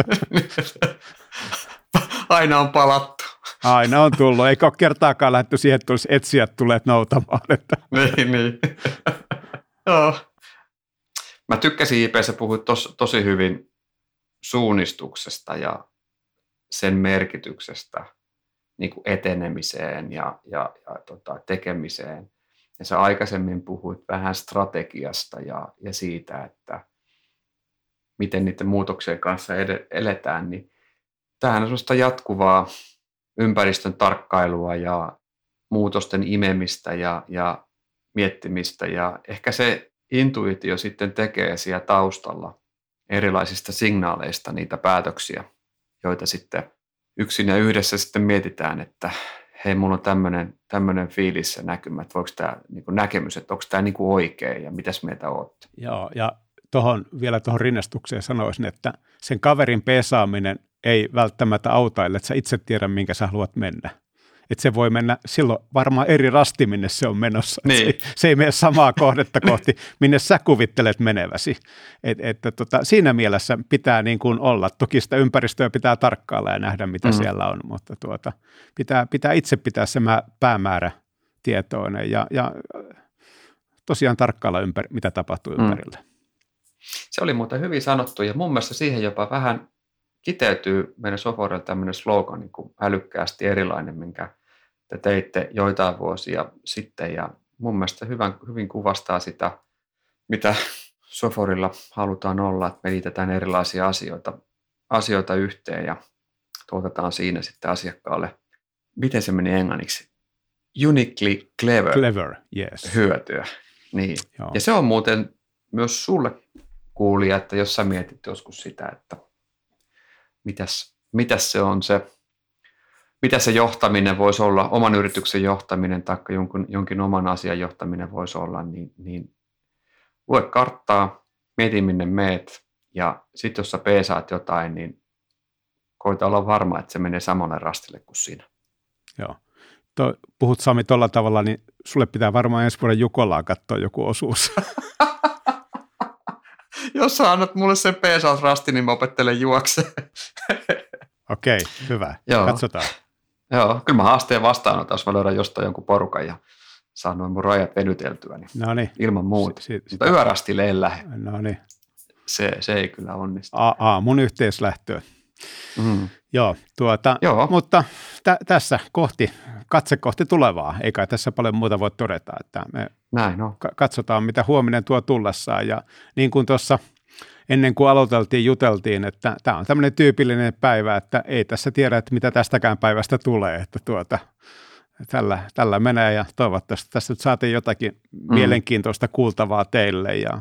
aina on palattu. Aina on tullut, eikä ole kertaakaan lähdetty siihen, että olisi etsijät tulleet noutamaan. Että. Niin. Joo. Mä tykkäsin JP:ssä puhuit tosi hyvin suunnistuksesta ja sen merkityksestä niin kuin etenemiseen ja tekemiseen. Ja sä aikaisemmin puhuit vähän strategiasta ja siitä, että miten niiden muutoksien kanssa eletään, niin tämähän on sellaista jatkuvaa ympäristön tarkkailua ja muutosten imemistä ja miettimistä ja ehkä se intuitio sitten tekee siellä taustalla erilaisista signaaleista niitä päätöksiä, joita sitten yksin ja yhdessä sitten mietitään, että hei, mulla on tämmöinen fiilis ja näkymä, että voiko tämä niin näkemys, että onko tämä niin oikein ja mitäs mieltä olette? Joo, ja vielä tuohon rinnastukseen sanoisin, että sen kaverin pesaaminen ei välttämättä auta, ellei sä itse tiedä, minkä sä haluat mennä. Että se voi mennä silloin varmaan eri rasti, minne se on menossa. Niin. Se ei mene samaa kohdetta kohti, minne sä kuvittelet meneväsi. Siinä mielessä pitää niin kuin olla. Toki sitä ympäristöä pitää tarkkailla ja nähdä, mitä siellä on, mutta pitää itse pitää se päämäärä tietoinen ja tosiaan tarkkailla, mitä tapahtuu ympärillä. Se oli muuten hyvin sanottu ja mun mielestä siihen jopa vähän kiteytyy meidän Soforilla tämmöinen slogan niin kuin älykkäästi erilainen, minkä te teitte joitain vuosia sitten ja mun mielestä hyvin kuvastaa sitä, mitä Soforilla halutaan olla, että me liitetään erilaisia asioita yhteen ja tuotetaan siinä sitten asiakkaalle, miten se meni englanniksi, uniquely clever yes. hyötyä. Niin. Ja se on muuten myös sulle kuulija, että jos sä mietit joskus sitä, että mitäs se on mitä se johtaminen voisi olla, oman yrityksen johtaminen tai jonkin oman asian johtaminen voisi olla, niin lue karttaa, mieti minne meet ja sitten jos sä peesaat jotain, niin koita olla varma, että se menee samalle rastille kuin siinä. Joo. Puhut Sami tuolla tavalla, niin sulle pitää varmaan ensi vuoden Jukolaa katsoa joku osuus. Jos sä annat mulle sen peesausrasti, niin mä opettelen juokseen. Okei, hyvä. Joo. Katsotaan. Joo, kyllä mä haasteen vastaanotan, jos mä löydän jostain jonkun porukan ja saan noin mun rajat venyteltyä, niin ilman muuta. Mutta yörastille en lähde. Noniin. Se ei kyllä onnistu. Mun yhteislähtöön. Joo, mutta tässä katse kohti tulevaa, eikä tässä paljon muuta voi todeta, että me näin on. Katsotaan, mitä huominen tuo tullessaan, ja niin kuin tuossa ennen kuin juteltiin, että tämä on tämmöinen tyypillinen päivä, että ei tässä tiedä, että mitä tästäkään päivästä tulee, että tällä menee, ja toivottavasti tässä nyt saatiin jotakin mielenkiintoista kuultavaa teille, ja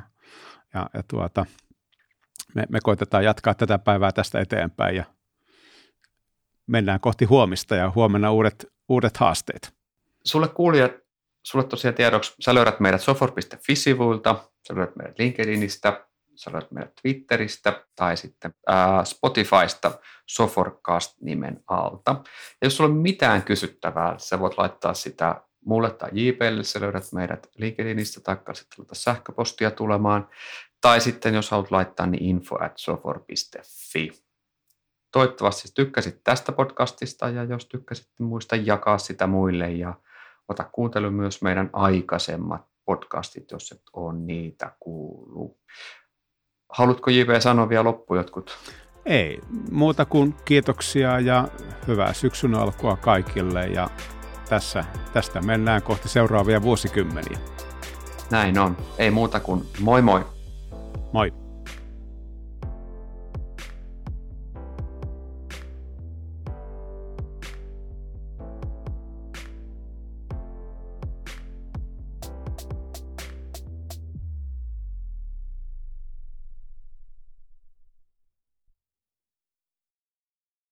me koitetaan jatkaa tätä päivää tästä eteenpäin, ja mennään kohti huomista ja huomenna uudet haasteet. Sulle kuulijat, sulle tosiaan tiedoksi, sä löydät meidät sofor.fi-sivuilta, sä löydät meidät LinkedInistä, sä löydät meidät Twitteristä tai sitten Spotifysta Soforcast-nimen alta. Ja jos sulla on mitään kysyttävää, sä voit laittaa sitä mulle tai JP:lle, sä löydät meidät LinkedInistä tai sitten sähköpostia tulemaan. Tai sitten jos haluat laittaa, niin info@sofor.fi. Toivottavasti tykkäsit tästä podcastista ja jos tykkäsit, niin muista jakaa sitä muille ja ota kuuntelu myös meidän aikaisemmat podcastit, jos et ole niitä kuullut. Haluatko JP sanoa vielä loppuun jotkut? Ei, muuta kuin kiitoksia ja hyvää syksyn alkua kaikille ja tästä mennään kohti seuraavia vuosikymmeniä. Näin on. Ei muuta kuin moi moi. Moi.